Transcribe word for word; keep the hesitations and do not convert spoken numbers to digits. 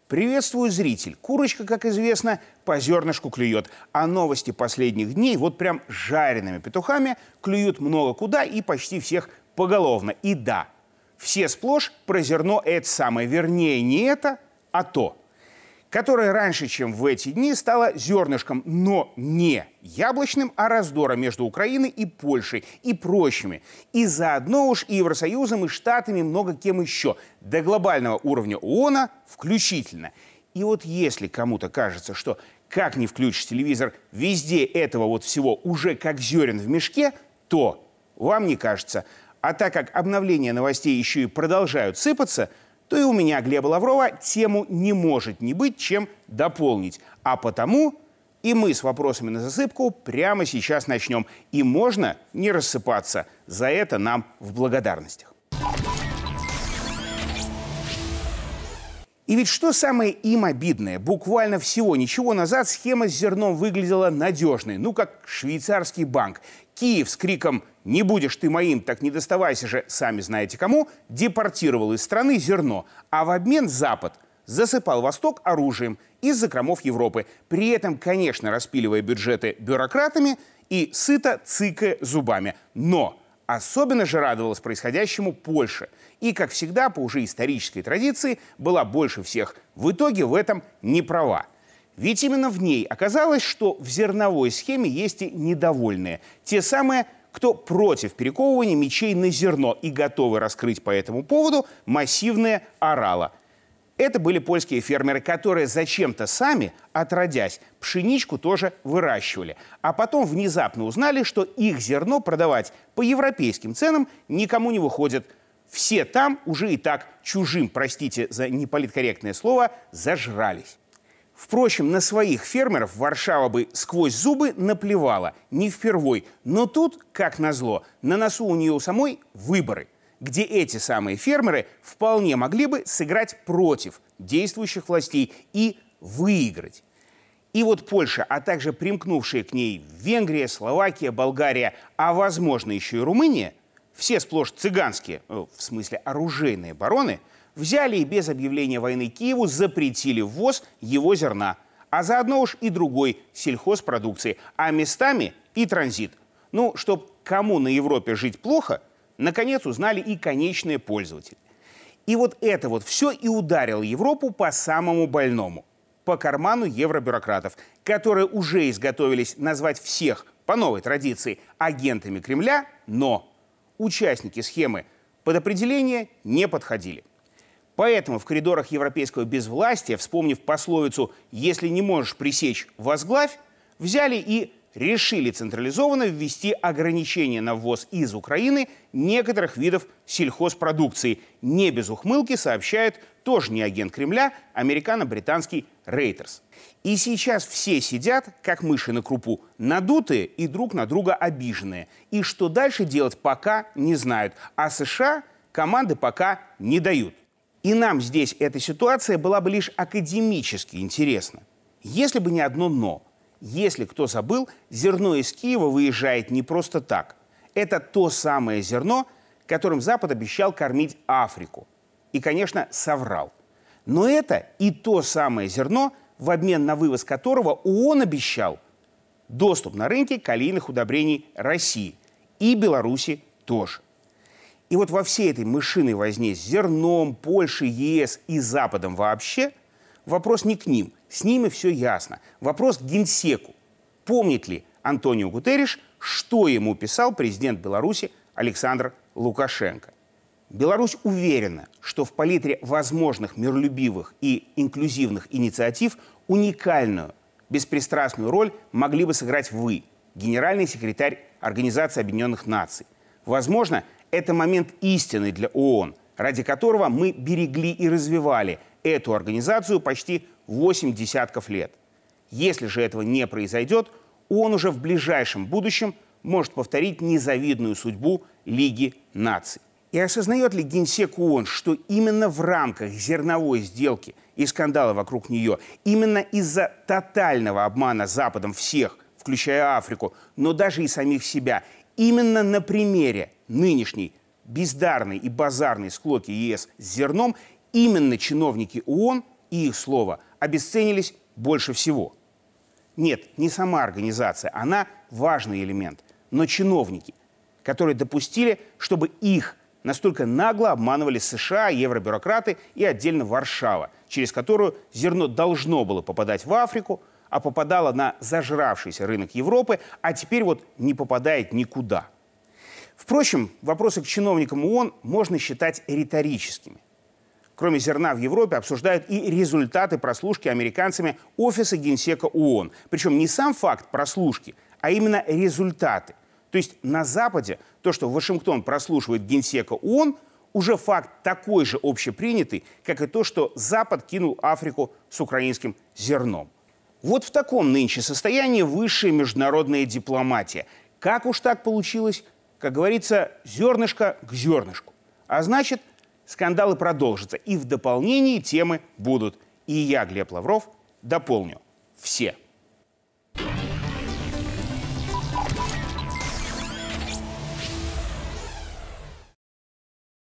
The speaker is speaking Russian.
Приветствую, зритель. Курочка, как известно, по зернышку клюет. А новости последних дней вот прям жареными петухами клюют много куда и почти всех поголовно. И да, все сплошь про зерно это самое. Вернее, не это, а то. Которое раньше, чем в эти дни, стало зернышком, но не яблочным, а раздора между Украиной и Польшей и прочими. И заодно уж и Евросоюзом, и Штатами, много кем еще. До глобального уровня ООНа включительно. И вот если кому-то кажется, что как ни включишь телевизор, везде этого вот всего уже как зерен в мешке, то вам не кажется. А так как обновления новостей еще и продолжают сыпаться, то и у меня, Глеба Лаврова, тему не может не быть, чем дополнить. А потому и мы с вопросами на засыпку прямо сейчас начнем. И можно не рассыпаться. За это нам в благодарностях. И ведь что самое им обидное, буквально всего ничего назад схема с зерном выглядела надежной, ну как швейцарский банк. Киев с криком «Не будешь ты моим, так не доставайся же, сами знаете кому», депортировал из страны зерно, а в обмен Запад засыпал Восток оружием из закромов Европы, при этом, конечно, распиливая бюджеты бюрократами и сыто цыкая зубами. Но особенно же радовалась происходящему Польша. И, как всегда, по уже исторической традиции, была больше всех в итоге в этом не права. Ведь именно в ней оказалось, что в зерновой схеме есть и недовольные. Те самые, кто против перековывания мечей на зерно и готовы раскрыть по этому поводу массивные орала. Это были польские фермеры, которые зачем-то сами, отродясь, пшеничку тоже выращивали. А потом внезапно узнали, что их зерно продавать по европейским ценам никому не выходит. Все там уже и так чужим, простите за неполиткорректное слово, зажрались. Впрочем, на своих фермеров Варшава бы сквозь зубы наплевала, не впервой. Но тут, как назло, на носу у нее у самой выборы, где эти самые фермеры вполне могли бы сыграть против действующих властей и выиграть. И вот Польша, а также примкнувшие к ней Венгрия, Словакия, Болгария, а возможно еще и Румыния, все сплошь цыганские, в смысле оружейные бароны, взяли и без объявления войны Киеву запретили ввоз его зерна, а заодно уж и другой сельхозпродукции, а местами и транзит. Ну, чтоб кому на Европе жить плохо, наконец узнали и конечные пользователи. И вот это вот все и ударило Европу по самому больному, по карману евробюрократов, которые уже изготовились назвать всех по новой традиции агентами Кремля, но участники схемы под определение не подходили. Поэтому в коридорах европейского безвластия, вспомнив пословицу «если не можешь пресечь, возглавь», взяли и решили централизованно ввести ограничения на ввоз из Украины некоторых видов сельхозпродукции. Не без ухмылки сообщает тоже не агент Кремля, американо-британский Reuters. И сейчас все сидят, как мыши на крупу, надутые и друг на друга обиженные. И что дальше делать, пока не знают. А США команды пока не дают. И нам здесь эта ситуация была бы лишь академически интересна. Если бы не одно «но». Если кто забыл, зерно из Киева выезжает не просто так. Это то самое зерно, которым Запад обещал кормить Африку. И, конечно, соврал. Но это и то самое зерно, в обмен на вывоз которого ООН обещал доступ на рынки калийных удобрений России. И Беларуси тоже. И вот во всей этой мышиной возне с зерном, Польшей, ЕС и Западом вообще вопрос не к ним. С ними все ясно. Вопрос к Генсеку. Помнит ли Антонио Гутерриш, что ему писал президент Беларуси Александр Лукашенко? Беларусь уверена, что в палитре возможных миролюбивых и инклюзивных инициатив уникальную, беспристрастную роль могли бы сыграть вы, генеральный секретарь Организации Объединенных Наций. Возможно, это момент истины для ООН, ради которого мы берегли и развивали эту организацию почти восемь десятков лет. Если же этого не произойдет, ООН уже в ближайшем будущем может повторить незавидную судьбу Лиги наций. И осознает ли Генсек ООН, что именно в рамках зерновой сделки и скандала вокруг нее, именно из-за тотального обмана Западом всех, включая Африку, но даже и самих себя, именно на примере нынешней бездарной и базарной склоки ЕС с зерном, именно чиновники ООН и их слово обесценились больше всего. Нет, не сама организация, она важный элемент, но чиновники, которые допустили, чтобы их настолько нагло обманывали США, евробюрократы и отдельно Варшава, через которую зерно должно было попадать в Африку, а попадало на зажравшийся рынок Европы, а теперь вот не попадает никуда. Впрочем, вопросы к чиновникам ООН можно считать риторическими. Кроме зерна в Европе обсуждают и результаты прослушки американцами офиса Генсека ООН. Причем не сам факт прослушки, а именно результаты. То есть на Западе то, что Вашингтон прослушивает Генсека ООН, уже факт такой же общепринятый, как и то, что Запад кинул Африку с украинским зерном. Вот в таком нынче состоянии высшая международная дипломатия. Как уж так получилось? Как говорится, зернышко к зернышку. А значит, скандалы продолжатся. И в дополнении темы будут. И я, Глеб Лавров, дополню. Все.